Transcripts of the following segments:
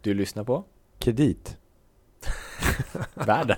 Du lyssnar på Kredit. Världen.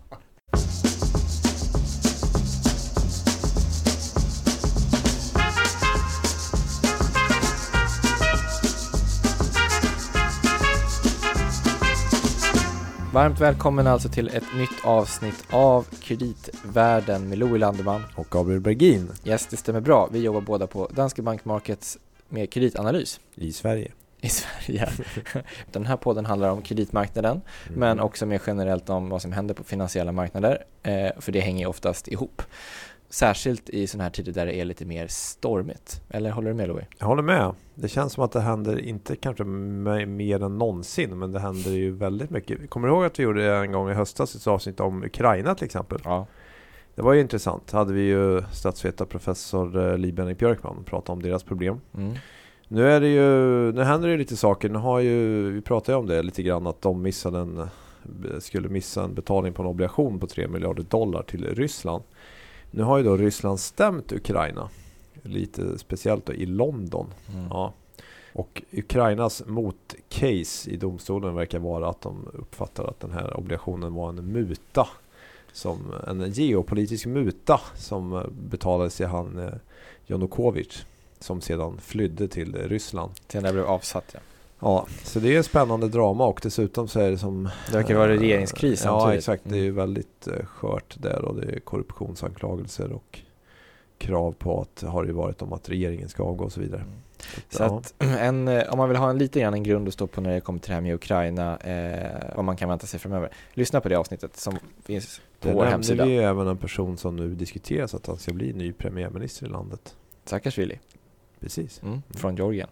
Varmt välkommen alltså till ett nytt avsnitt av Kreditvärlden med Louis Landerman Och Gabriel Bergin. Yes, det stämmer bra. Vi jobbar båda på Danske Bank Markets med kreditanalys. I Sverige. I Sverige. Den här podden handlar om kreditmarknaden, men också mer generellt om vad som händer på finansiella marknader. För det hänger oftast ihop. Särskilt i sådana här tider där det är lite mer stormigt. Eller håller du med, Louis? Jag håller med. Det känns som att det händer inte kanske mer än någonsin, men det händer ju väldigt mycket. Kommer du ihåg att vi gjorde en gång i höstas ett avsnitt om Ukraina till exempel? Ja. Det var ju intressant. Hade vi ju statsvetarprofessor Li-Bendik Björkman prata om deras problem. Mm. Nu händer det ju lite saker. Vi pratade ju om det lite grann, att de skulle missa en betalning på en obligation på $3 miljarder till Ryssland. Nu har ju då Ryssland stämt Ukraina, lite speciellt då i London. Mm. Ja. Och Ukrainas motcase i domstolen verkar vara att de uppfattar att den här obligationen var en muta, en geopolitisk muta som betalades till Janukovic, som sedan flydde till Ryssland. Den där blev avsatt, ja. Ja, så det är ett spännande drama, och dessutom så är det som... Det verkar vara regeringskris samtidigt. Ja, exakt. Det är ju väldigt skört där, och det är korruptionsanklagelser och krav på att har det varit om att regeringen ska avgå och så vidare. Så att om man vill ha lite grann en grund att stå på när det kommer till det här med Ukraina, vad man kan vänta sig framöver. Lyssna på det avsnittet som finns på vår hemsida. Det är ju även en person som nu diskuteras att han ska bli ny premiärminister i landet. Saakashvili. Precis. Från Georgien.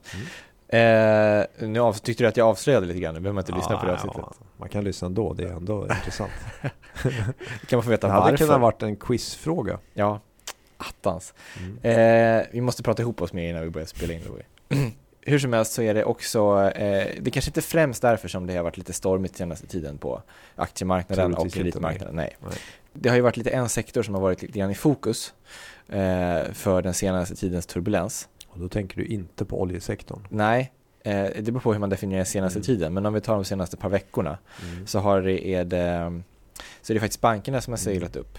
Nu tyckte du att jag avslöjade lite grann. Nu behöver man inte lyssna på det avsnittet. Ja, man kan lyssna ändå. Det är ändå intressant. Kan man få veta det varför. hade kunnat varit en quizfråga. Ja, attans. Vi måste prata ihop oss mer innan vi börjar spela in. Hur som helst så är det också, det kanske inte främst därför som det har varit lite stormigt senaste tiden på aktiemarknaden och kreditmarknaden. Nej. Det har ju varit lite en sektor som har varit lite grann i fokus för den senaste tidens turbulens. Och då tänker du inte på oljesektorn? Nej, det beror på hur man definierar den senaste tiden. Men om vi tar de senaste par veckorna så är det faktiskt bankerna som har seglat upp.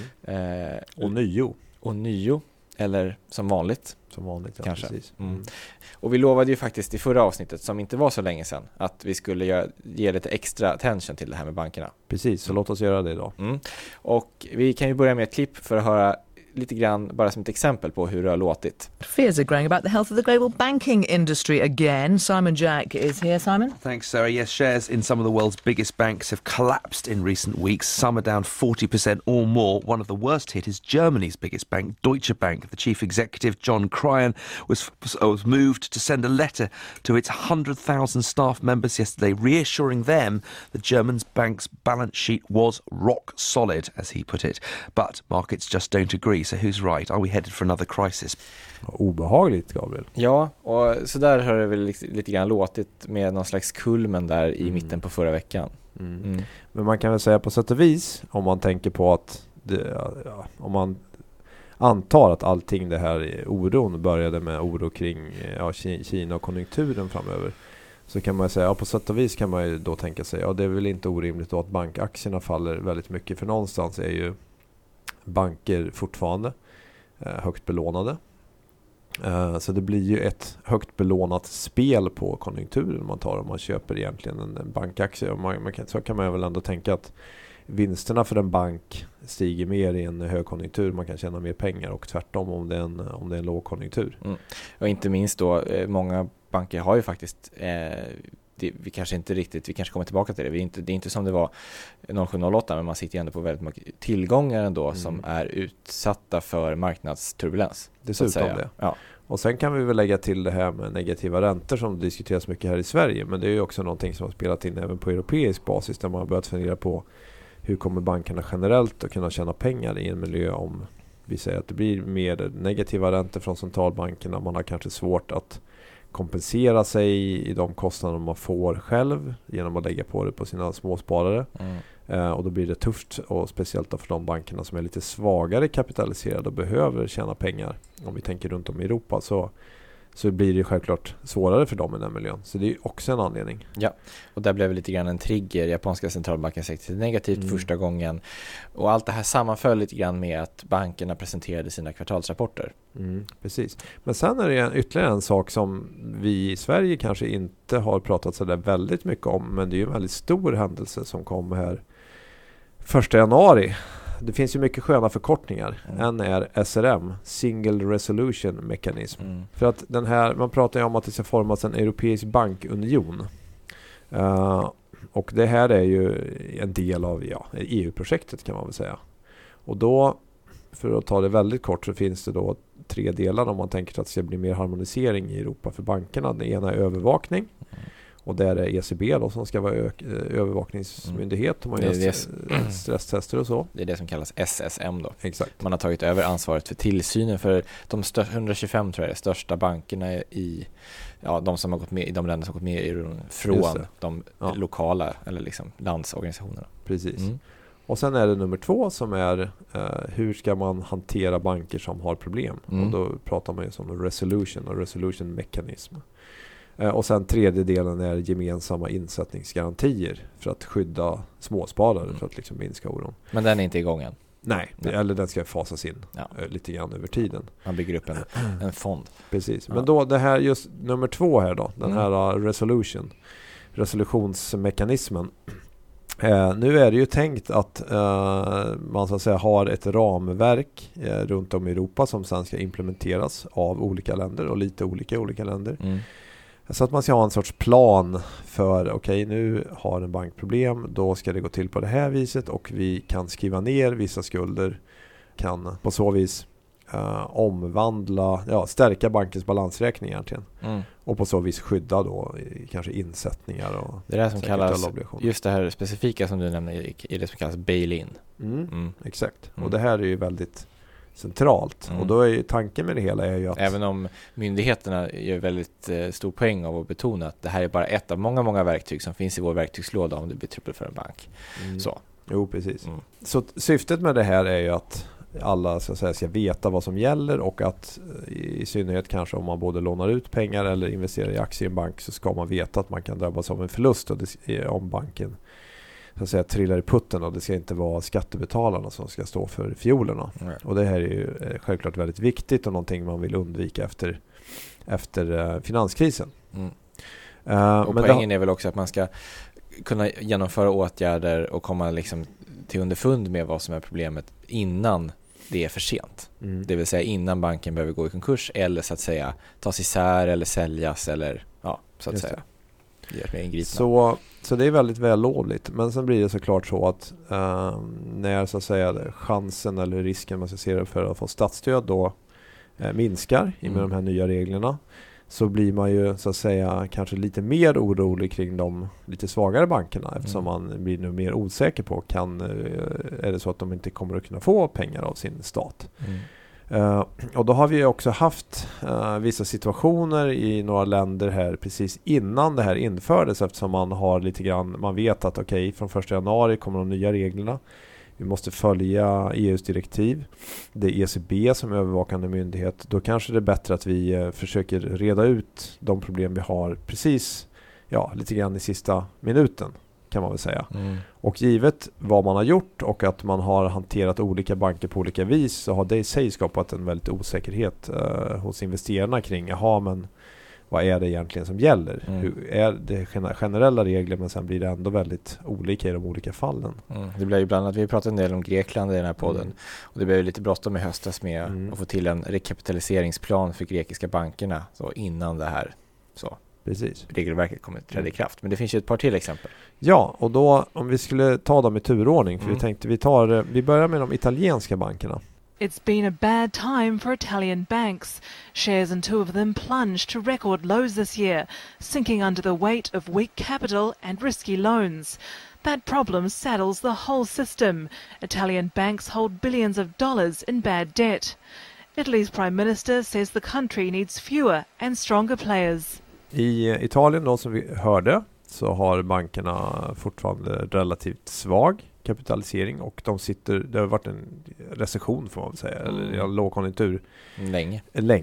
Ånyo, eller som vanligt. Som vanligt, ja, kanske. Precis. Och vi lovade ju faktiskt i förra avsnittet, som inte var så länge sedan, att vi skulle ge lite extra attention till det här med bankerna. Precis, så låt oss göra det idag. Och vi kan ju börja med ett klipp för att höra lite grann, bara som ett exempel på hur det har låtit. Fears are growing about the health of the global banking industry again. Simon Jack is here. Simon? Thanks, Sarah. Yes, shares in some of the world's biggest banks have collapsed in recent weeks. Some are down 40% or more. One of the worst hit is Germany's biggest bank, Deutsche Bank. The chief executive, John Cryan, was moved to send a letter to its 100,000 staff members yesterday, reassuring them that German bank's balance sheet was rock solid, as he put it. But markets just don't agree. So who's right? Are we headed for another crisis? Obehagligt, Gabriel. Ja, och så där har det väl lite grann låtit med någon slags kulmen där i mitten på förra veckan. Men man kan väl säga på sätt och vis, om man tänker på att om man antar att allting det här oron började med oro kring Kina och konjunkturen framöver, så kan man säga, på sätt och vis kan man ju då tänka sig, det är väl inte orimligt då att bankaktierna faller väldigt mycket, för någonstans är ju banker fortfarande högt belånade. Så det blir ju ett högt belånat spel på konjunkturen om man köper egentligen en bankaktie. Och så kan man väl ändå tänka att vinsterna för en bank stiger mer i en högkonjunktur. Man kan tjäna mer pengar, och tvärtom om det är en lågkonjunktur. Och inte minst då, många banker har ju faktiskt... vi kanske kommer tillbaka till det. Det är inte som det var 0708, men man sitter ju ändå på väldigt mycket tillgångar ändå som är utsatta för marknadsturbulens. Dessutom det. Ja. Och sen kan vi väl lägga till det här med negativa räntor som diskuteras mycket här i Sverige, men det är ju också någonting som har spelat in även på europeisk basis, där man har börjat fundera på hur kommer bankerna generellt att kunna tjäna pengar i en miljö om vi säger att det blir mer negativa räntor från centralbankerna. Man har kanske svårt att kompensera sig i de kostnader man får själv genom att lägga på det på sina småsparare. Och då blir det tufft, och speciellt för de bankerna som är lite svagare kapitaliserade och behöver tjäna pengar. Om vi tänker runt om i Europa, så så blir det självklart svårare för dem i den miljön. Så det är också en anledning. Ja, och där blev lite grann en trigger. Japanska centralbanken sagt till negativt första gången. Och allt det här sammanföll lite grann med att bankerna presenterade sina kvartalsrapporter. Precis. Men sen är det ytterligare en sak som vi i Sverige kanske inte har pratat så där väldigt mycket om. Men det är ju en väldigt stor händelse som kom här 1 januari. Det finns ju mycket sköna förkortningar. En är SRM, Single Resolution Mechanism. För att den här, man pratar ju om att det ska formas en europeisk bankunion. Och det här är ju en del av EU-projektet kan man väl säga. Och då, för att ta det väldigt kort, så finns det då 3 delar om man tänker sig att det ska bli mer harmonisering i Europa för bankerna. Den ena är övervakning. Och där är ECB då som ska vara övervakningsmyndighet. De har ju stresstester och så. Det är det som kallas SSM då. Exakt. Man har tagit över ansvaret för tillsynen för de 125 tror jag är största bankerna i de som har gått med i de länder som har gått med i euron från de lokala eller liksom landsorganisationerna. Precis. Och sen är det nummer 2 som är hur ska man hantera banker som har problem. Och då pratar man ju om resolution och resolution mechanism. Och sen 3:e delen är gemensamma insättningsgarantier för att skydda småsparare för att liksom minska oron. Men den är inte igång än? Nej. Eller den ska fasas in lite grann över tiden. Man bygger upp en fond. Precis. Men då det här just nummer 2 här då, den här resolutionsmekanismen. Nu är det ju tänkt att man så att säga har ett ramverk runt om i Europa som sen ska implementeras av olika länder och lite olika länder. Så att man ska ha en sorts plan för nu har en bank problem, då ska det gå till på det här viset och vi kan skriva ner vissa skulder, kan på så vis stärka bankens balansräkning egentligen. Och på så vis skydda då kanske insättningar och det är det som kallas, just det här specifika som du nämner i det som kallas bail-in. Exakt. Och det här är ju väldigt centralt. Och då är ju tanken med det hela är ju att även om myndigheterna gör väldigt stor poäng av att betona att det här är bara ett av många verktyg som finns i vår verktygslåda om det blir trubbel för en bank. Så. Jo, precis. Så syftet med det här är ju att alla så att säga ska veta vad som gäller och att i synnerhet kanske om man både lånar ut pengar eller investerar i aktier i en bank så ska man veta att man kan drabbas av en förlust om banken så att säga trillar i putten och det ska inte vara skattebetalarna som ska stå för fiolerna. Och det här är ju självklart väldigt viktigt och någonting man vill undvika efter finanskrisen. Och poängen är väl också att man ska kunna genomföra åtgärder och komma liksom till underfund med vad som är problemet innan det är för sent. Det vill säga innan banken behöver gå i konkurs eller så att säga tas isär eller säljas eller så att säga. Så det är väldigt vällovligt. Men sen blir det såklart så att när så att säga chansen eller risken man ska se det för att få statsstöd då minskar med de här nya reglerna, så blir man ju så att säga kanske lite mer orolig kring de lite svagare bankerna eftersom man blir nu mer osäker på är det så att de inte kommer att kunna få pengar av sin stat. Och då har vi också haft vissa situationer i några länder här precis innan det här infördes eftersom man har lite grann, man vet att från 1 januari kommer de nya reglerna. Vi måste följa EUs direktiv. Det är ECB som är övervakande myndighet. Då kanske det är bättre att vi försöker reda ut de problem vi har precis lite grann i sista minuten kan man väl säga. Och givet vad man har gjort och att man har hanterat olika banker på olika vis så har det i sig skapat en väldigt osäkerhet hos investerarna kring men vad är det egentligen som gäller? Hur är det generella regler men sen blir det ändå väldigt olika i de olika fallen. Det blir ju bland annat, vi pratat en del om Grekland i den här podden och det blev lite bråttom i höstas med att få till en rekapitaliseringsplan för grekiska bankerna så innan det här regelverket kommer att träda i kraft. Men det finns ju ett par till exempel. Ja, och då om vi skulle ta dem i turordning för vi tänkte vi börjar med de italienska bankerna. It's been a bad time for Italian banks. Shares in 2 of them plunged to record lows this year, sinking under the weight of weak capital and risky loans. That problem saddles the whole system. Italian banks hold billions of dollars in bad debt. Italy's Prime Minister says the country needs fewer and stronger players. I Italien då, som vi hörde, så har bankerna fortfarande relativt svag kapitalisering och det har varit en recession får man väl säga, eller lågkonjunktur länge.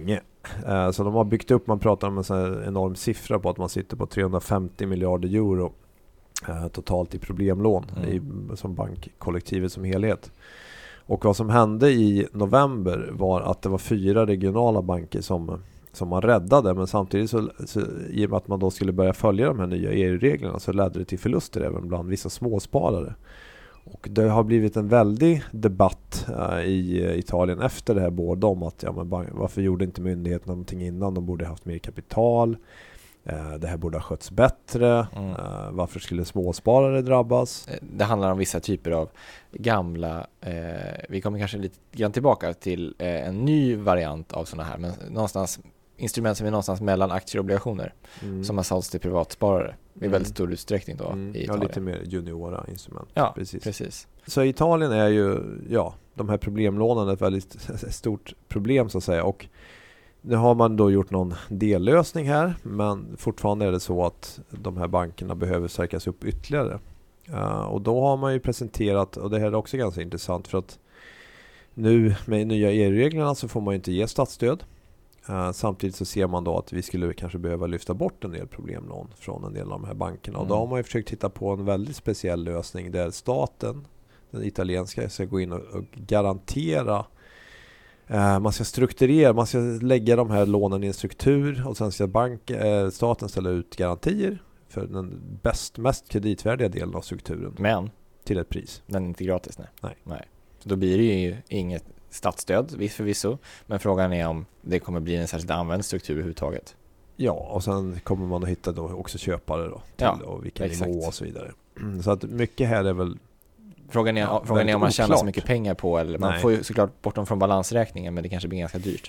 Så de har byggt upp, man pratar om en sån här enorm siffra på att man sitter på 350 miljarder euro totalt i problemlån som bankkollektivet som helhet. Och vad som hände i november var att det var 4 regionala banker som man räddade, men samtidigt så i och med att man då skulle börja följa de här nya EU-reglerna så ledde det till förluster även bland vissa småsparare. Och det har blivit en väldig debatt i Italien efter det här, både om att varför gjorde inte myndigheterna någonting innan, de borde haft mer kapital, det här borde ha skötts bättre, varför skulle småsparare drabbas? Det handlar om vissa typer av gamla, vi kommer kanske lite grann tillbaka till en ny variant av sådana här, men någonstans instrument som är någonstans mellan aktier och obligationer som har sålts till privatsparare i väldigt stor utsträckning då i Italien. Ja, lite mer juniora instrument. Ja, precis. Så Italien är ju, de här problemlånen är ett väldigt stort problem så att säga, och nu har man då gjort någon dellösning här, men fortfarande är det så att de här bankerna behöver stärkas upp ytterligare. Och då har man ju presenterat, och det här är också ganska intressant, för att nu med nya EU-reglerna så får man ju inte ge statsstöd. Samtidigt så ser man då att vi skulle kanske behöva lyfta bort en del problemlån från en del av de här bankerna. Och då har man ju försökt titta på en väldigt speciell lösning där staten, den italienska, ska gå in och garantera. Man ska strukturera, man ska lägga de här lånen i en struktur och sen ska staten ställa ut garantier för den mest kreditvärdiga delen av strukturen. Men till ett pris. Den är inte gratis, nej. Så då blir det ju inget statsstöd, förvisso, men frågan är om det kommer bli en särskilt använd struktur överhuvudtaget. Ja, och sen kommer man att hitta då också köpare då till och vilken nivå och så vidare. Så att mycket här är väl Frågan är om man tjänar så mycket pengar på, eller man får ju såklart bort dem från balansräkningen, men det kanske blir ganska dyrt.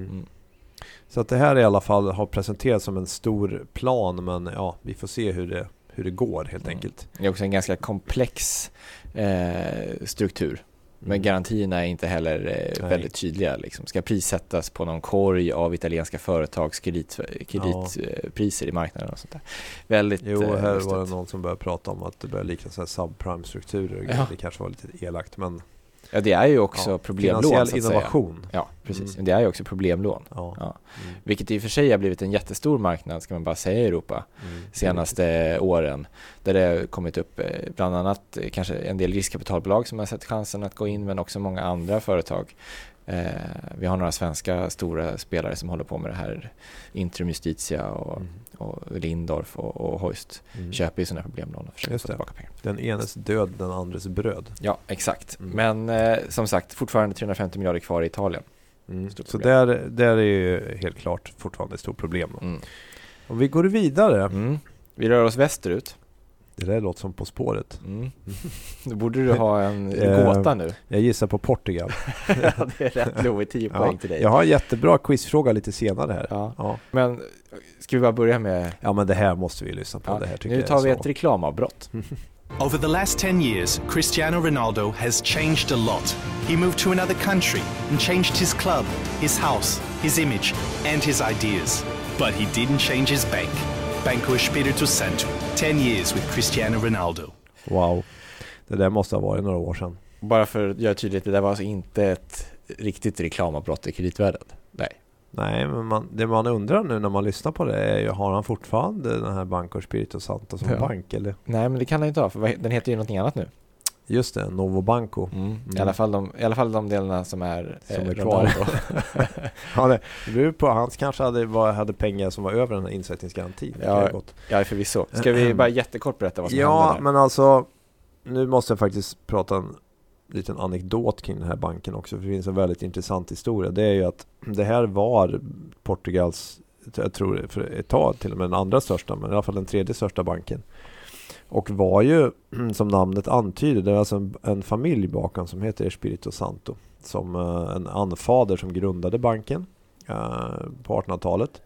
Så att det här i alla fall har presenterats som en stor plan, men vi får se hur det går helt enkelt. Det är också en ganska komplex struktur. Men garantierna är inte heller väldigt tydliga. Liksom. Ska prissättas på någon korg av italienska företags kreditpriser i marknaden och sånt där. Väldigt här var det någon som började prata om att det börjar likna så här subprime-strukturer. Det kanske var lite elakt, men ja, det är ju också problemlån, finansiell innovation. Säga. Ja, precis. Det är ju också problemlån. Vilket i och för sig har blivit en jättestor marknad, ska man bara säga, i Europa senaste åren. Där det har kommit upp bland annat kanske en del riskkapitalbolag som har sett chansen att gå in, men också många andra företag. Vi har några svenska stora spelare som håller på med det här. Intrum Justitia och Lindorf och Hoist köper ju sådana problemlån och försöker få tillbaka pengar. Den enes död, den andres bröd. Ja, exakt. Men som sagt, fortfarande 350 miljarder kvar i Italien. Så där är ju helt klart fortfarande ett stort problem. Om vi går vidare. Vi rör oss västerut. Det där låter som På spåret. Då borde du ha en gåta nu. Jag gissar på Portugal. Ja, det är rätt lovigt, 10 poäng till dig. Jag har en jättebra quizfråga lite senare här. Ja. Men ska vi bara börja med... Ja, men det här måste vi lyssna på. Det här tycker nu tar vi ett reklamavbrott. Over the last 10 years, Cristiano Ronaldo has changed a lot. He moved to another country and changed his club, his house, his image and his ideas. But he didn't change his bank. Banco Espírito Santo. 10 years with Cristiano Ronaldo. Wow. Det där måste ha varit några år sedan. Bara för att göra tydligt, det där var alltså inte ett riktigt reklamavbrott i kreditvärlden. Nej, men det man undrar nu när man lyssnar på det är ju, har han fortfarande den här Banco Espírito Santo som bank? Eller? Nej, men det kan han inte ha, för den heter ju någonting annat nu. Just det, Novo Banco. I alla fall de delarna som är kvar. Det beror på, han kanske hade pengar som var över den här insättningsgarantin. Ja, förvisso. Ska vi bara jättekort berätta vad som hände där? Ja, men alltså, nu måste jag faktiskt prata en liten anekdot kring den här banken också, för det finns en väldigt intressant historia. Det är ju att det här var Portugals, jag tror för ett tag till och med den andra största, men i alla fall den tredje största banken. Och var ju, som namnet antyder, det är alltså en familj bakom som heter Espírito Santo, som en anfader som grundade banken på 1800-talet.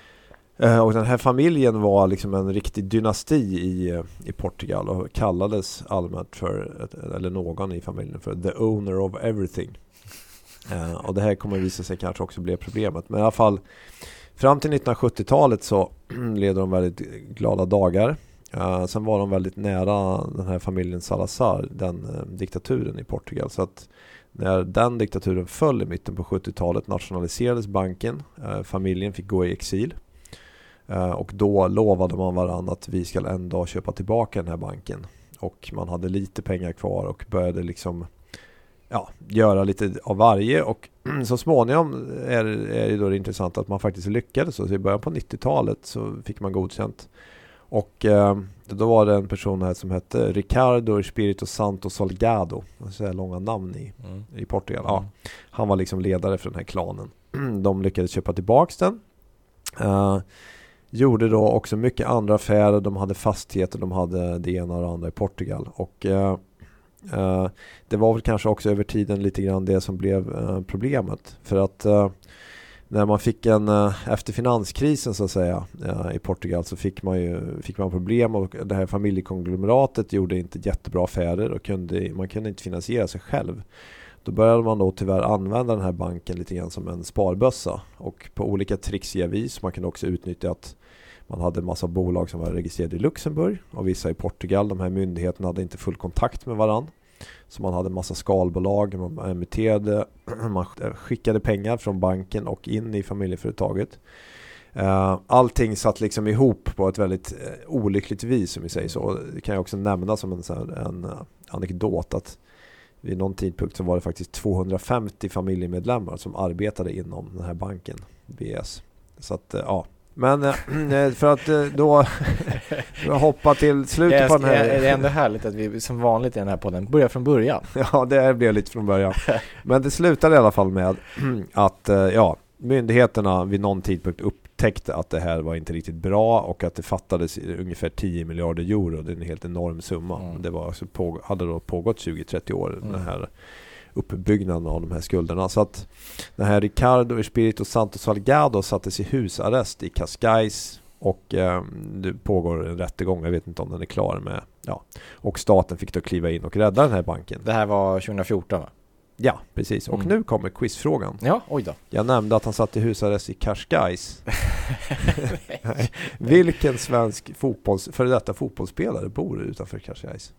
Och den här familjen var liksom en riktig dynasti i Portugal och kallades allmänt för, eller någon i familjen, för the owner of everything. Och det här kommer visa sig kanske också bli problemet. Men i alla fall, fram till 1970-talet så levde de väldigt glada dagar. Sen var de väldigt nära den här familjen Salazar, den diktaturen i Portugal. Så att när den diktaturen föll i mitten på 70-talet nationaliserades banken. Familjen fick gå i exil. Och då lovade man varandra att vi ska en dag köpa tillbaka den här banken. Och man hade lite pengar kvar och började liksom göra lite av varje. Och så småningom är det då intressant att man faktiskt lyckades. Så i början på 90-talet så fick man godkänt. Och då var det en person här som hette Ricardo Espírito Santo Salgado. Så här långa namn i Portugal. Ja, han var liksom ledare för den här klanen. De lyckades köpa tillbaka den. Gjorde då också mycket andra affärer. De hade fastigheter, de hade det ena och det andra i Portugal. Och det var väl kanske också över tiden lite grann det som blev problemet. För att när man fick efter finanskrisen så att säga i Portugal så fick man problem, och det här familjekonglomeratet gjorde inte jättebra affärer och man kunde inte finansiera sig själv. Då började man då tyvärr använda den här banken lite grann som en sparbössa, och på olika trixiga vis. Man kunde också utnyttja att man hade en massa bolag som var registrerade i Luxemburg och vissa i Portugal. De här myndigheterna hade inte full kontakt med varann. Så man hade en massa skalbolag, man emitterade, man skickade pengar från banken och in i familjeföretaget. Allting satt liksom ihop på ett väldigt olyckligt vis, som vi säger så. Det kan jag också nämna som en anekdot att vid någon tidpunkt så var det faktiskt 250 familjemedlemmar som arbetade inom den här banken, BS. Så att, Men för att då hoppa till slutet på den här... Det är ändå härligt att vi som vanligt i den här podden börjar från början. Ja, det blev lite från början. Men det slutade i alla fall med att myndigheterna vid någon tidpunkt upptäckte att det här var inte riktigt bra och att det fattades ungefär 10 miljarder euro. Det är en helt enorm summa. Det var alltså hade då pågått 20-30 år, den här uppbyggnaden av de här skulderna. Så att den här Ricardo Espírito Santo Salgado sattes i husarrest i Cascais, och det pågår en rättegång. Jag vet inte om den är klar med. Ja. Och staten fick då kliva in och rädda den här banken. Det här var 2014, va? Ja, precis. Och nu kommer quizfrågan. Ja, oj då. Jag nämnde att han satt i husarrest i Cascais. Vilken svensk före detta fotbollsspelare bor utanför Cascais?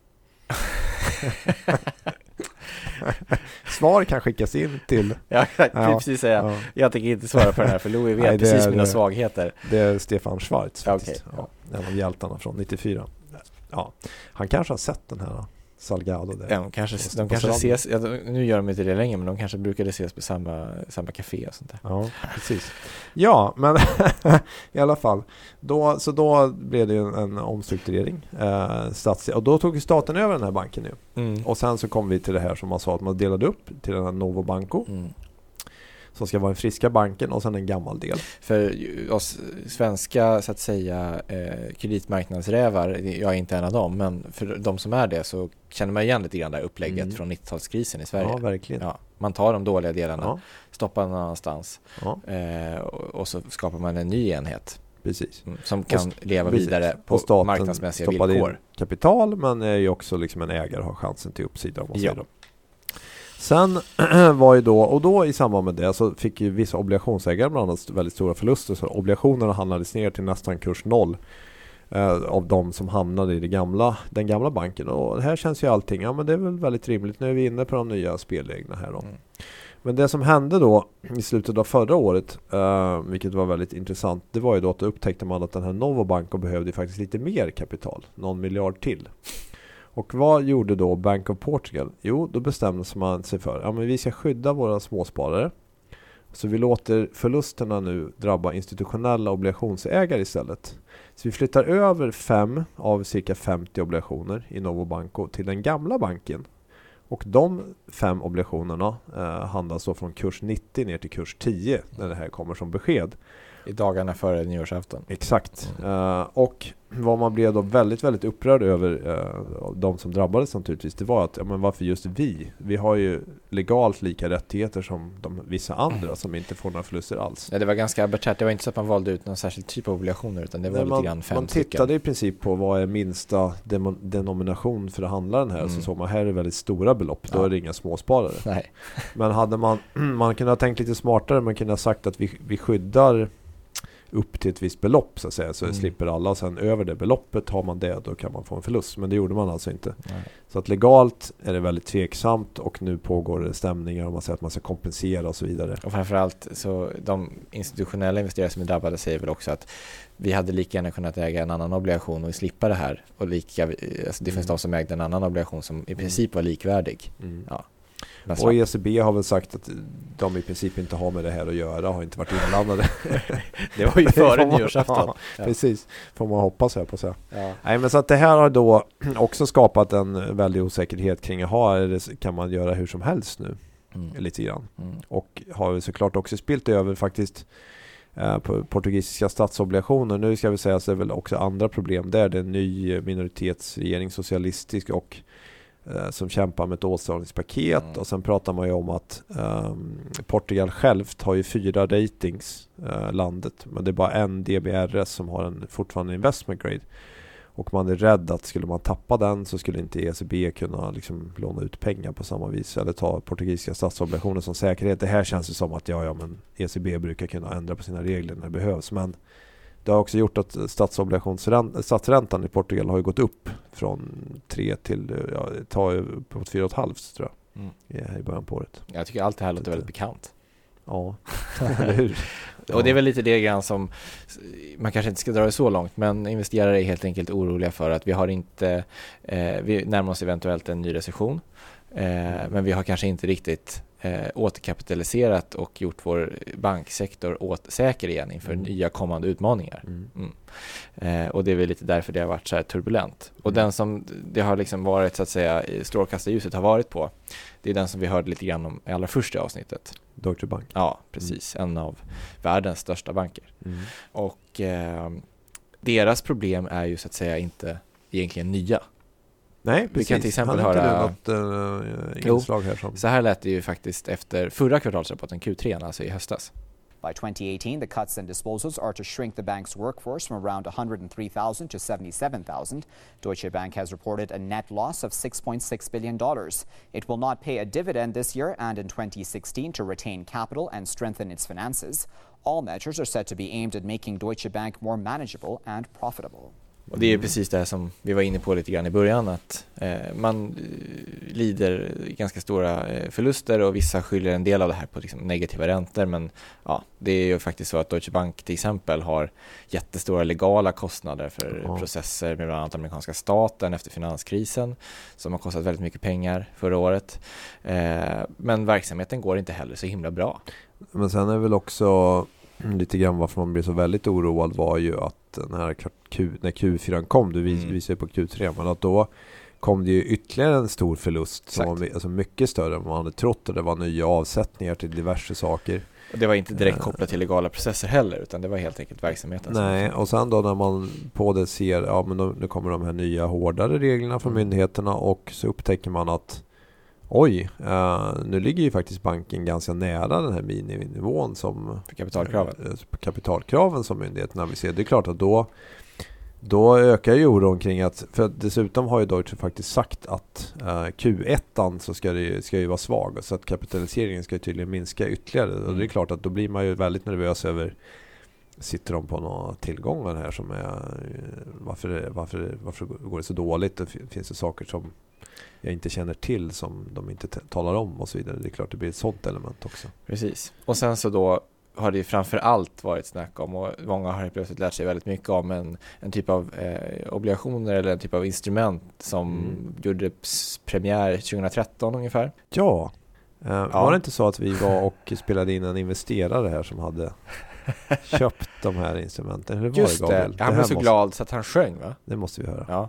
Svar kan skickas in till... Ja, precis säga. Ja. Jag tänker inte svara på den här, för Louis vet precis mina svagheter. Det är Stefan Schwarz faktiskt. Okay. Ja, en av hjältarna från 94. Ja, han kanske har sett den här Salgado där. Ja, de kanske ses, nu gör de inte det längre, men de kanske brukade ses på samma café och sånt där. Ja, precis. Ja, men i alla fall. Då blev det en omstrukturering. Och då tog staten över den här banken nu. Och sen så kom vi till det här som man sa, att man delade upp till den här Novo Banco. Som ska vara den friska banken, och sen en gammal del. För oss svenska, så att säga, kreditmarknadsrävar, jag är inte en av dem, men för de som är det så känner man igen lite grann det upplägget från 90-talskrisen i Sverige. Ja, verkligen. Ja, man tar de dåliga delarna, stoppar någon annanstans, och så skapar man en ny enhet. Precis. Som kan leva vidare på marknadsmässiga villkor. Kapital, men är ju också liksom en ägare, har chansen till uppsida, om man säger då. Sen var ju då i samband med det så fick ju vissa obligationsägare bland annat väldigt stora förluster, så obligationerna handlades ner till nästan kurs 0 av de som hamnade i den gamla banken. Och det här känns ju allting, men det är väl väldigt rimligt, nu är vi inne på de nya spelreglerna här då. Men det som hände då i slutet av förra året, vilket var väldigt intressant, det var ju då att upptäckte man att den här Novo Banco behövde faktiskt lite mer kapital, någon miljard till. Och vad gjorde då Bank of Portugal? Jo, då bestämde man sig för men vi ska skydda våra småsparare. Så vi låter förlusterna nu drabba institutionella obligationsägare istället. Så vi flyttar över 5 av cirka 50 obligationer i Novo Banco till den gamla banken. Och de 5 obligationerna handlas då från kurs 90 ner till kurs 10 när det här kommer som besked. I dagarna före nyårsafton. Exakt. Och vad man blev då väldigt, väldigt upprörd över, de som drabbades naturligtvis, det var att varför just vi har ju legalt lika rättigheter som vissa andra som inte får några förluster alls. Ja, det var ganska arbeträrt. Det var inte så att man valde ut någon särskild typ av obligationer, utan det var lite grann 5 stycken. Man tittade i princip på vad är minsta denomination för handlaren här, så såg man här är väldigt stora belopp, då är det inga småsparare. Nej. Men hade man kunde ha tänkt lite smartare, man kunde ha sagt att vi skyddar upp till ett visst belopp så att säga, så slipper alla. Sen över det beloppet har man det, då kan man få en förlust. Men det gjorde man alltså inte. Nej. Så att legalt är det väldigt tveksamt, och nu pågår det stämningar och man säger att man ska kompensera och så vidare. Och framförallt så de institutionella investerare som är drabbade säger väl också att vi hade lika gärna kunnat äga en annan obligation och slippa det här. Och alltså det finns de som ägde en annan obligation som i princip var likvärdig. Ja. Och ECB har väl sagt att de i princip inte har med det här att göra, har inte varit inblandade. Det var ju före nyårsafton. Ja. Precis, får man hoppas här på så. Ja. Nej, men så att det här har då också skapat en väldig osäkerhet kring kan man göra hur som helst nu lite grann. Och har såklart också spilt över faktiskt på portugisiska statsobligationer. Nu ska vi säga att det är väl också andra problem där. Det är en ny minoritetsregering, socialistisk, och som kämpar med ett åtstramningspaket. Och sen pratar man ju om att Portugal självt har ju 4 ratings landet, men det är bara en DBRS som har fortfarande investment grade. Och man är rädd att skulle man tappa den så skulle inte ECB kunna liksom låna ut pengar på samma vis eller ta portugisiska statsobligationer som säkerhet. Det här känns ju som att men ECB brukar kunna ändra på sina regler när det behövs, men det har också gjort att statsräntan i Portugal har ju gått upp från 3 till uppåt 4,5 tror jag i början på året. Jag tycker allt det här låter väldigt bekant. Ja, eller hur? Och det är väl lite det grann som man kanske inte ska dra det så långt, men investerare är helt enkelt oroliga för att vi närmar oss eventuellt en ny recession, men vi har kanske inte riktigt återkapitaliserat och gjort vår banksektor säker igen inför nya kommande utmaningar. Och det är väl lite därför det har varit så här turbulent. Och den som det har liksom varit så att säga i strålkastarljuset har varit på, det är den som vi hörde lite grann om i allra första avsnittet. Deutsche Bank. Ja, precis. En av världens största banker. Och deras problem är ju så att säga inte egentligen nya. Nej, precis. Vi kan till exempel höra något inslag här som... Så här lät det ju faktiskt efter förra kvartalsrapporten Q3, alltså i höstas. By 2018, the cuts and disposals are to shrink the bank's workforce from around 103,000 to 77,000. Deutsche Bank has reported a net loss of $6.6 billion. It will not pay a dividend this year and in 2016 to retain capital and strengthen its finances. All measures are said to be aimed at making Deutsche Bank more manageable and profitable. Och det är precis det som vi var inne på lite grann i början, att man lider ganska stora förluster och vissa skyller en del av det här på liksom negativa räntor, men ja, det är ju faktiskt så att Deutsche Bank till exempel har jättestora legala kostnader för processer med bland annat amerikanska staten efter finanskrisen som har kostat väldigt mycket pengar förra året, men verksamheten går inte heller så himla bra. Men sen är väl också lite grann varför man blir så väldigt oroad var ju att när Q4 kom, du visade på Q3, men att då kom det ju ytterligare en stor förlust som var alltså mycket större än man hade trott, och det var nya avsättningar till diverse saker. Och det var inte direkt kopplat till legala processer heller, utan det var helt enkelt verksamheten. Nej, och sen då när man på det ser, men nu kommer de här nya hårdare reglerna från myndigheterna, och så upptäcker man att nu ligger ju faktiskt banken ganska nära den här miniminivån som för kapitalkraven. Kapitalkraven som myndigheterna vill se. Det är klart att då ökar ju oron kring att, för dessutom har ju Deutsche faktiskt sagt att Q1 så ska ju vara svag, så att kapitaliseringen ska ju tydligen minska ytterligare. Och det är klart att då blir man ju väldigt nervös över, sitter de på några tillgångar här som är, varför går det så dåligt? Det finns det saker som jag inte känner till som de inte talar om och så vidare. Det är klart det blir ett sånt element också. Precis. Och sen så då har det framför allt varit snack om, och många har plötsligt lärt sig väldigt mycket om en typ av obligationer eller en typ av instrument som gjorde premiär 2013 ungefär. Ja. Var det inte så att vi var och spelade in en investerare här som hade köpt de här instrumenten? Hur var just det, han var så glad så att han sjöng, va? Det måste vi höra. Ja.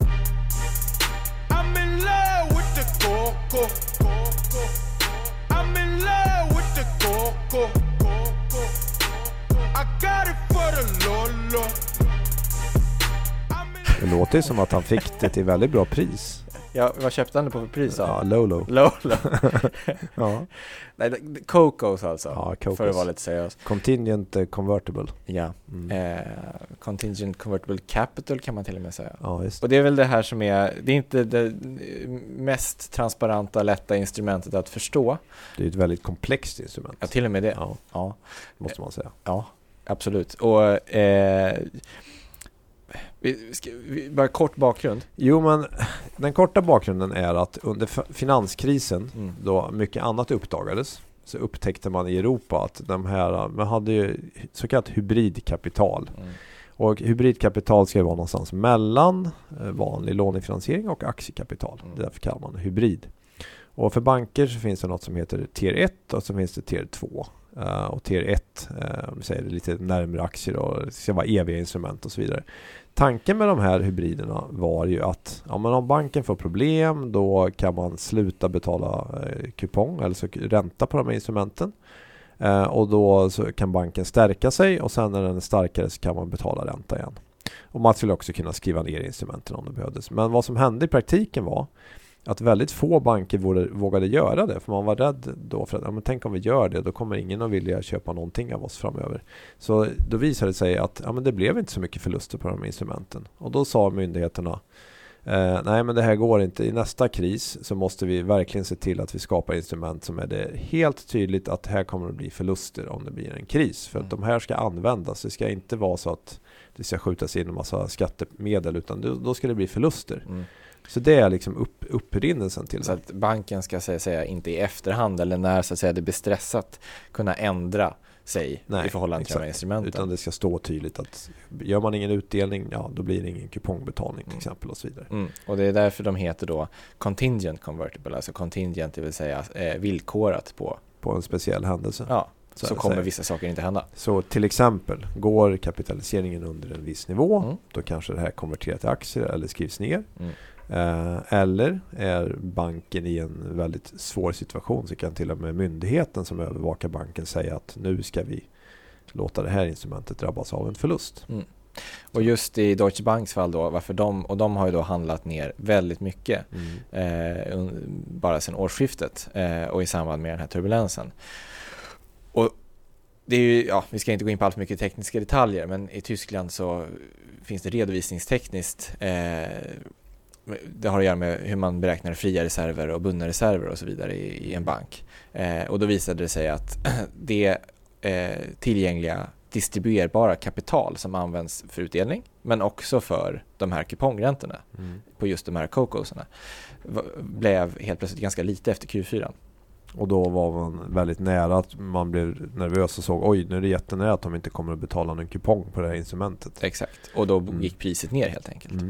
Det låter som att han fick det till väldigt bra pris. Ja, vad köpte han det på för pris? Ja, Lolo. Ja. Nej, Cocos alltså. Ja, Cocos. För att vara lite seriös. Contingent convertible. Ja. Contingent convertible capital kan man till och med säga. Ja, just. Och det är väl det här som det är inte det mest transparenta, lätta instrumentet att förstå. Det är ett väldigt komplext instrument. Ja, till och med det. Ja. Måste man säga. Ja. absolut. Och bara kort bakgrund. Jo, men den korta bakgrunden är att under finanskrisen då mycket annat uppdagades, så upptäckte man i Europa att man hade ju så kallat hybridkapital. Och hybridkapital ska vara någonstans mellan vanlig lånefinansiering och aktiekapital. Det därför kallar man hybrid. Och för banker så finns det något som heter tier 1 och så finns det tier 2. Och tier 1, om vi säger det lite närmare aktier och det ska vara eviga instrument och så vidare. Tanken med de här hybriderna var ju att men om banken får problem, då kan man sluta betala kupong eller så ränta på de här instrumenten. Och då så kan banken stärka sig och sen när den är starkare så kan man betala ränta igen. Och man skulle också kunna skriva ner instrumenten om det behövdes. Men vad som hände i praktiken var att väldigt få banker vågade göra det, för man var rädd då för att tänk om vi gör det, då kommer ingen att vilja köpa någonting av oss framöver. Så då visade det sig att det blev inte så mycket förluster på de här instrumenten. Och då sa myndigheterna nej, men det här går inte. I nästa kris så måste vi verkligen se till att vi skapar instrument som är det helt tydligt att här kommer att bli förluster om det blir en kris. För att de här ska användas. Det ska inte vara så att det ska skjutas in en massa skattemedel, utan då ska det bli förluster. Så det är liksom upprinnelsen till så det. Att banken ska säga inte i efterhand eller när så att säga det blir stressat kunna ändra sig i förhållande till de här instrumenten. Utan det ska stå tydligt att gör man ingen utdelning, då blir det ingen kupongbetalning till exempel och så vidare. Och det är därför de heter då contingent convertible, alltså contingent, det vill säga villkorat på en speciell händelse. Ja, så kommer vissa saker inte hända. Så till exempel, går kapitaliseringen under en viss nivå, då kanske det här konverterar till aktier eller skrivs ner. Eller är banken i en väldigt svår situation, så kan till och med myndigheten som övervakar banken säga att nu ska vi låta det här instrumentet drabbas av en förlust. Och just i Deutsche Banks fall då, varför de har ju då handlat ner väldigt mycket bara sedan årsskiftet och i samband med den här turbulensen. Och det är ju, vi ska inte gå in på allt för mycket tekniska detaljer, men i Tyskland så finns det redovisningstekniskt det har att göra med hur man beräknar fria reserver och bundna reserver och så vidare i en bank. Och då visade det sig att det tillgängliga distribuerbara kapital som används för utdelning, men också för de här kupongräntorna på just de här CoCosarna, blev helt plötsligt ganska lite efter Q4. Och då var man väldigt nära att man blev nervös och såg nu är det jättenära att de inte kommer att betala någon kupong på det här instrumentet. Exakt, och då gick priset ner helt enkelt.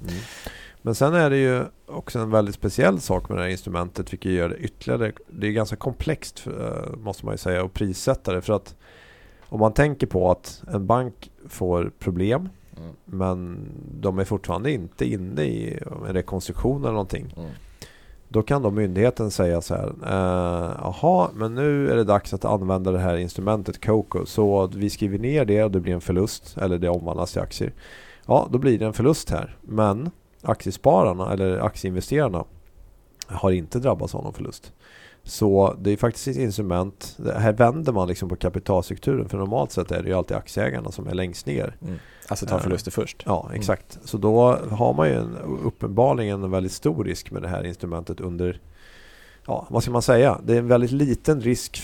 Men sen är det ju också en väldigt speciell sak med det här instrumentet, vilket gör det ytterligare, det är ganska komplext måste man ju säga, att prissätta det, för att om man tänker på att en bank får problem men de är fortfarande inte inne i en rekonstruktion eller någonting, då kan då myndigheten säga så här, jaha, men nu är det dags att använda det här instrumentet CoCo, så vi skriver ner det och det blir en förlust, eller det omvandlas till aktier. Ja, då blir det en förlust här, men aktiespararna eller aktieinvesterarna har inte drabbats av någon förlust. Så det är faktiskt ett instrument, här vänder man liksom på kapitalstrukturen, för normalt sett är det ju alltid aktieägarna som är längst ner. Alltså tar förluster först. Ja, exakt. Så då har man ju uppenbarligen en väldigt stor risk med det här instrumentet under, vad ska man säga? Det är en väldigt liten risk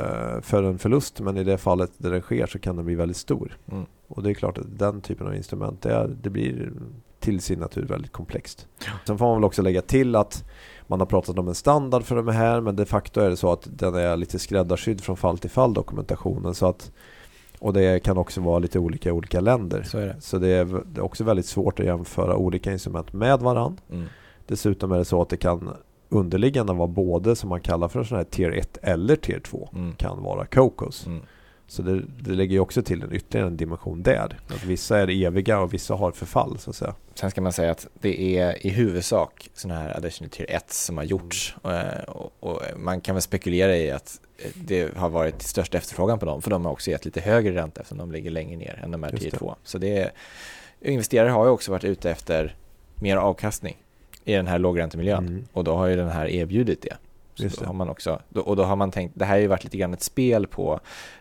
för en förlust, men i det fallet där den sker så kan den bli väldigt stor. Och det är klart att den typen av instrument, det blir till sin natur väldigt komplext. Sen får man väl också lägga till att man har pratat om en standard för de här, men de facto är det så att den är lite skräddarsydd från fall till fall, dokumentationen, så att, och det kan också vara lite olika i olika länder. Så är det. Så det är också väldigt svårt att jämföra olika instrument med varann. Dessutom är det så att det kan underliggande vara både, som man kallar för sån här tier 1 eller tier 2 kan vara CoCos. Så det lägger ju också till ytterligare en dimension där. Att vissa är eviga och vissa har förfall, så att säga. Sen ska man säga att det är i huvudsak sådana här additional tier 1 som har gjorts. Och man kan väl spekulera i att det har varit största efterfrågan på dem. För de har också gett lite högre ränta eftersom de ligger längre ner än de här tier 2. Så investerare har ju också varit ute efter mer avkastning i den här lågräntemiljön. Och då har ju den här erbjudit det. Så då har man också, och då har man tänkt, det här har ju varit lite grann ett spel på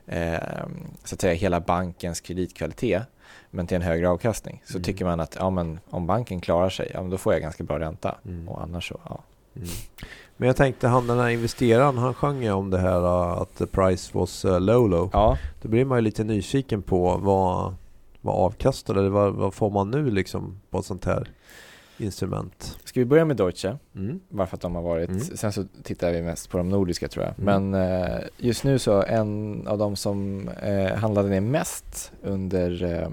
så att säga hela bankens kreditkvalitet, men till en högre avkastning. Så tycker man att men om banken klarar sig, men då får jag ganska bra ränta. Och annars så, Men jag tänkte den här investeraren, han sjöng ju om det här att the price was low. Ja. Då blir man ju lite nyfiken på vad avkastar eller vad får man nu liksom på ett sånt här instrument. Ska vi börja med Deutsche? Varför att de har varit. Sen så tittar vi mest på de nordiska tror jag. Men just nu så en av de som handlade ner mest under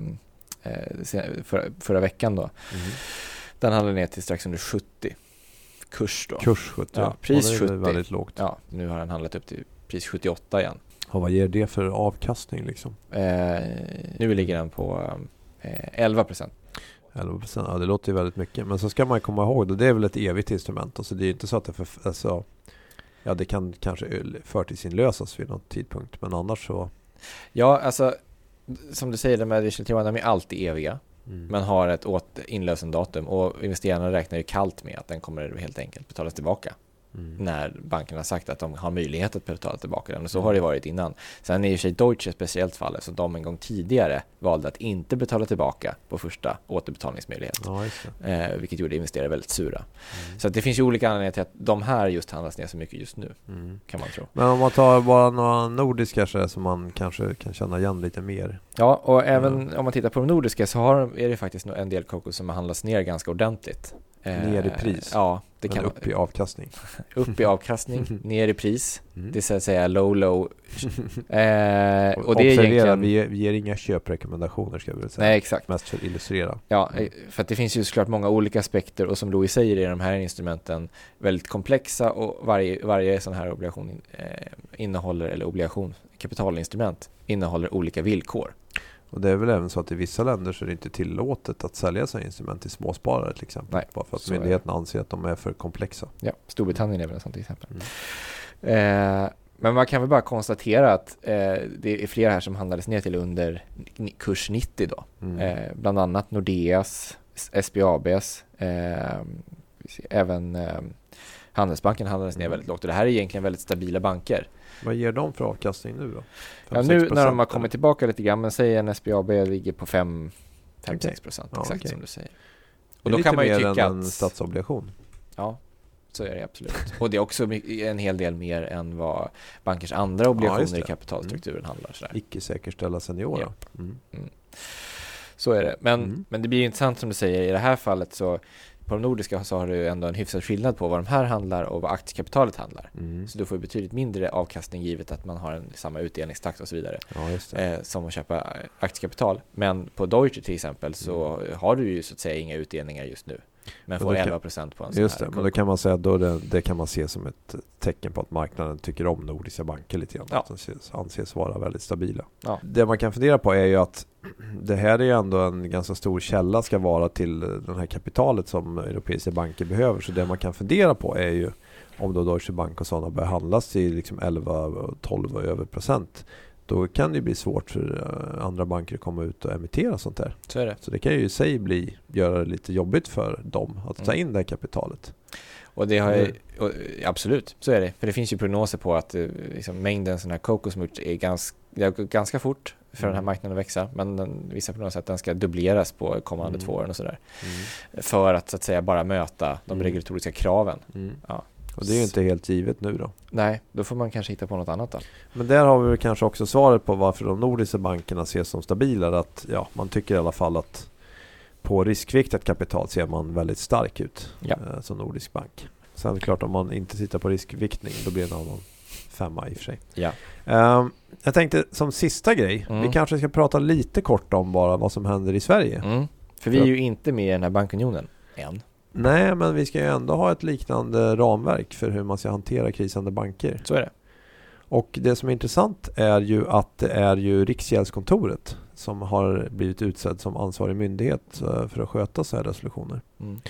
förra veckan då. Den handlade ner till strax under 70. Kurs då. Kurs 70. Ja, pris 70. Det är väldigt lågt. Ja, nu har den handlat upp till pris 78 igen. Och vad ger det för avkastning liksom? Nu ligger den på 11%. 11%, ja det låter ju väldigt mycket. Men så ska man komma ihåg det är väl ett evigt instrument. Alltså det är inte så att det kan kanske förtidsinlösas vid någon tidpunkt. Men annars så... Ja, alltså som du säger, de här Digital Tier 1, de är alltid eviga. Men har ett inlösendatum och investerarna räknar ju kallt med att den kommer helt enkelt betalas tillbaka. När banken har sagt att de har möjlighet att betala tillbaka den. Och så har det varit innan. Sen är ju sig Deutsche speciellt fallet så de en gång tidigare valde att inte betala tillbaka på första återbetalningsmöjlighet. Ja, just det. Vilket gjorde investerare väldigt sura. Så att det finns ju olika anledningar till att de här just handlas ner så mycket just nu. Kan man tro. Men om man tar bara några nordiska så man kanske kan känna igen lite mer. Ja, och även om man tittar på de nordiska så är det faktiskt en del kokos som har handlats ner ganska ordentligt. Ner i pris. Ja, det kan upp i avkastning. Upp i avkastning, ner i pris. Det så att säga low. Och det är egentligen... vi ger inga köprekommendationer ska vi väl säga. Nej, exakt. Mest för att illustrera. Ja, för att det finns ju såklart många olika aspekter och som Louis säger är de här instrumenten väldigt komplexa och varje sån här obligation kapitalinstrument innehåller olika villkor. Och det är väl även så att i vissa länder så är det inte tillåtet att sälja sådana instrument till småsparare till exempel. Nej, bara för att myndigheterna anser att de är för komplexa. Ja, Storbritannien är väl en sån till exempel. Men man kan väl bara konstatera att det är flera här som handlades ner till under kurs 90 då. Bland annat Nordeas, SBABs, även Handelsbanken handlades ner väldigt lågt. Och det här är egentligen väldigt stabila banker. Vad ger de för avkastning nu då? Ja, nu när de har kommit tillbaka lite grann, men säger en SBAB ligger på 5-6%, exakt som du säger. Och då kan man ju tycka att en statsobligation. Ja, så är det absolut. Och det är också en hel del mer än vad bankers andra obligationer i kapitalstrukturen handlar. Icke säkerställa seniorer. Ja. Så är det. Men det blir ju intressant som du säger, i det här fallet så på de nordiska så har du ändå en hyfsad skillnad på vad de här handlar och vad aktiekapitalet handlar. Så du får betydligt mindre avkastning givet att man har samma utdelningstakt och så vidare som att köpa aktiekapital. Men på Deutsche till exempel så har du ju så att säga inga utdelningar just nu. Men får 11% på en sån just här. Det, men då kan man säga att det kan man se som ett tecken på att marknaden tycker om nordiska banker lite grann. Ja. Att de anses vara väldigt stabila. Ja. Det man kan fundera på är ju att det här är ju ändå en ganska stor källa ska vara till det här kapitalet som europeiska banker behöver. Så det man kan fundera på är ju om då Deutsche Bank och sådana börjar handlas i liksom 11-12 och över procent. Då kan det bli svårt för andra banker att komma ut och emittera sånt där. Så är det. Så det kan ju i sig göra det lite jobbigt för dem att ta in det här kapitalet. Och det har absolut, så är det. För det finns ju prognoser på att liksom, mängden sån här kokosmult är ganska fort för den här marknaden att växa. Men vissa prognoser att den ska dubbleras på kommande 2 år och sådär. För att så att säga bara möta de regulatoriska kraven. Ja. Och det är ju inte helt givet nu då. Nej, då får man kanske hitta på något annat då. Men där har vi kanske också svaret på varför de nordiska bankerna ses som stabilare. Att man tycker i alla fall att på riskviktat kapital ser man väldigt stark ut som nordisk bank. Sen är det klart om man inte tittar på riskviktning då blir det en annan 5 i och för sig. Ja. Jag tänkte som sista grej, vi kanske ska prata lite kort om bara vad som händer i Sverige. För vi är ju inte med i den här bankunionen än. Nej, men vi ska ju ändå ha ett liknande ramverk för hur man ska hantera krisande banker. Så är det. Och det som är intressant är ju att det är ju Riksgäldskontoret som har blivit utsedd som ansvarig myndighet för att sköta så här resolutioner.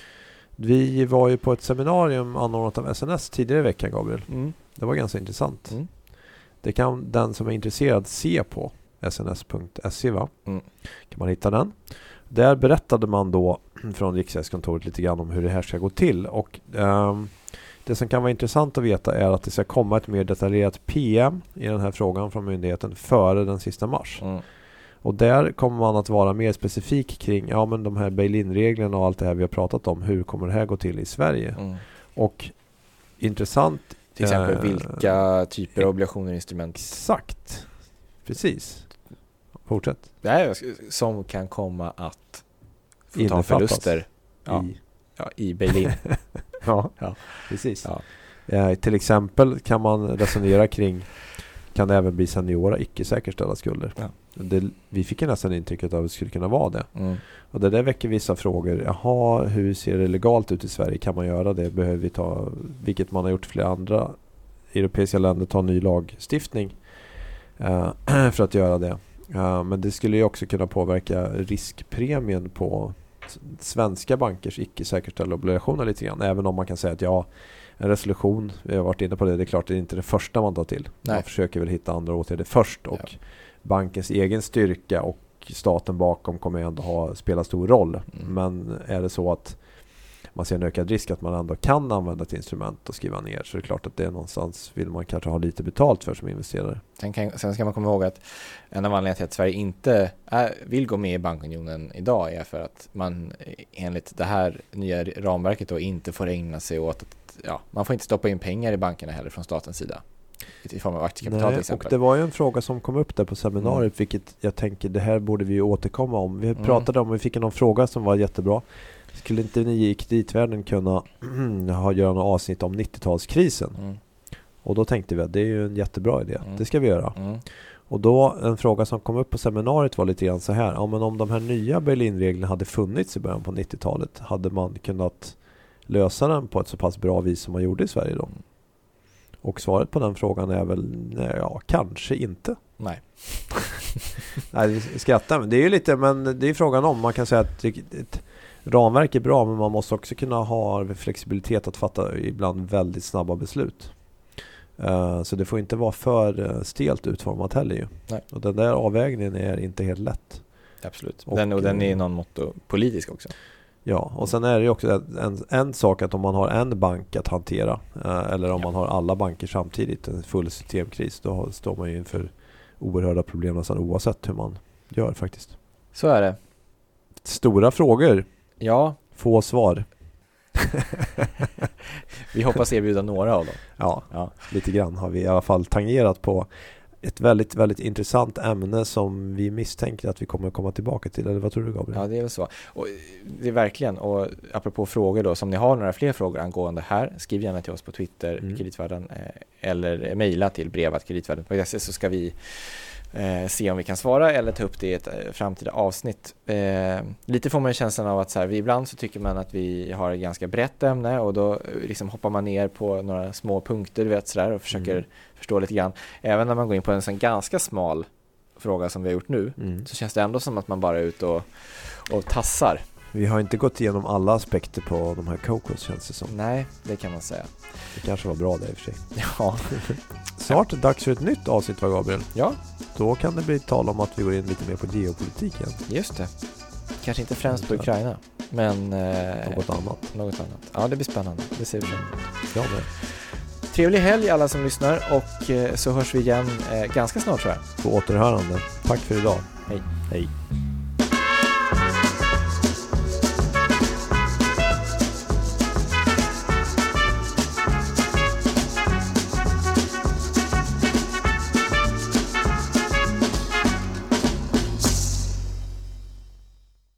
Vi var ju på ett seminarium anordnat av SNS tidigare i veckan, Gabriel. Det var ganska intressant. Det kan den som är intresserad se på sns.se kan man hitta den. Där berättade man då från Riksgäldskontoret lite grann om hur det här ska gå till. Och det som kan vara intressant att veta är att det ska komma ett mer detaljerat PM i den här frågan från myndigheten före den sista mars. Och där kommer man att vara mer specifik kring men de här bail-in-reglerna och allt det här vi har pratat om. Hur kommer det här gå till i Sverige? Och intressant. Till exempel vilka typer av obligationer och instrument. Exakt. Precis. Fortsätt. Som kan komma att få ta Innefattas förluster i Berlin. Ja, precis. Ja. Till exempel kan man resonera kring, kan det även bli seniora icke-säkerställda skulder? Ja. Vi fick ju nästan intrycket av att det skulle kunna vara det. Och det där väcker vissa frågor. Jaha, hur ser det legalt ut i Sverige? Kan man göra det? Behöver vi ta, vilket man har gjort i flera andra europeiska länder, ta ny lagstiftning för att göra det. Men det skulle ju också kunna påverka riskpremien på svenska bankers icke-säkerställda obligationer lite grann. Även om man kan säga att en resolution, vi har varit inne på det är klart det är inte det första man tar till. Nej. Man försöker väl hitta andra åtgärder först och bankens egen styrka och staten bakom kommer ändå spela stor roll. Men är det så att man ser en ökad risk att man ändå kan använda ett instrument och skriva ner, så är det klart att det är någonstans vill man kanske ha lite betalt för som investerare. Sen ska man komma ihåg att en av anledningarna till att Sverige inte vill gå med i bankunionen idag är för att man enligt det här nya ramverket då inte får ägna sig åt att man får inte stoppa in pengar i bankerna heller från statens sida i form av aktiekapital till exempel. Och det var ju en fråga som kom upp där på seminariet, vilket jag tänker det här borde vi återkomma om. Vi pratade om, vi fick någon fråga som var jättebra. Skulle inte ni i kreditvärlden kunna göra något avsnitt om 90-talskrisen? Och då tänkte vi att det är ju en jättebra idé. Det ska vi göra. Och då en fråga som kom upp på seminariet var lite grann så här. Men om de här nya Berlinreglerna hade funnits i början på 90-talet, hade man kunnat lösa den på ett så pass bra vis som man gjorde i Sverige då? Och svaret på den frågan är väl kanske inte. Nej. Nej, vi skrattar. Men det är ju lite, men det är frågan om. Man kan säga att ett ramverk är bra, men man måste också kunna ha flexibilitet att fatta ibland väldigt snabba beslut. Så det får inte vara för stelt utformat heller ju. Nej. Och den där avvägningen är inte helt lätt. Absolut. Och den är någon mått politisk också. Ja, och sen är det ju också en sak att om man har en bank att hantera eller om man har alla banker samtidigt, en full systemkris, då står man ju inför oerhörda problem nästan oavsett hur man gör faktiskt. Så är det. Stora frågor. Ja. Få svar. Vi hoppas erbjuda några av dem. Ja, lite grann har vi i alla fall tangerat på ett väldigt, väldigt intressant ämne som vi misstänker att vi kommer komma tillbaka till. Eller vad tror du, Gabriel? Ja, det är väl så. Och det är verkligen, och apropå frågor då, som ni har några fler frågor angående här, skriv gärna till oss på Twitter, Kreditvärlden, eller mejla till brev@kreditvärden.se, så ska vi se om vi kan svara eller ta upp det i ett framtida avsnitt. Lite får man ju känslan av att så här, ibland så tycker man att vi har ett ganska brett ämne och då liksom hoppar man ner på några små punkter, du vet, så där, och försöker förstå lite grann. Även när man går in på en sån ganska smal fråga som vi har gjort nu, så känns det ändå som att man bara är ute och tassar. Vi har inte gått igenom alla aspekter på de här Cocos, känns det som. Nej, det kan man säga. Det kanske var bra det i och för sig. Ja. Snart är det dags för ett nytt avsnitt, va, Gabriel? Ja. Då kan det bli tal om att vi går in lite mer på geopolitiken. Just det. Kanske inte främst på Ukraina, men något annat. Ja, det blir spännande. Det ser vi fram emot. Ja, men. Trevlig helg alla som lyssnar, och så hörs vi igen ganska snart, tror jag. På återhörande. Tack för idag. Hej.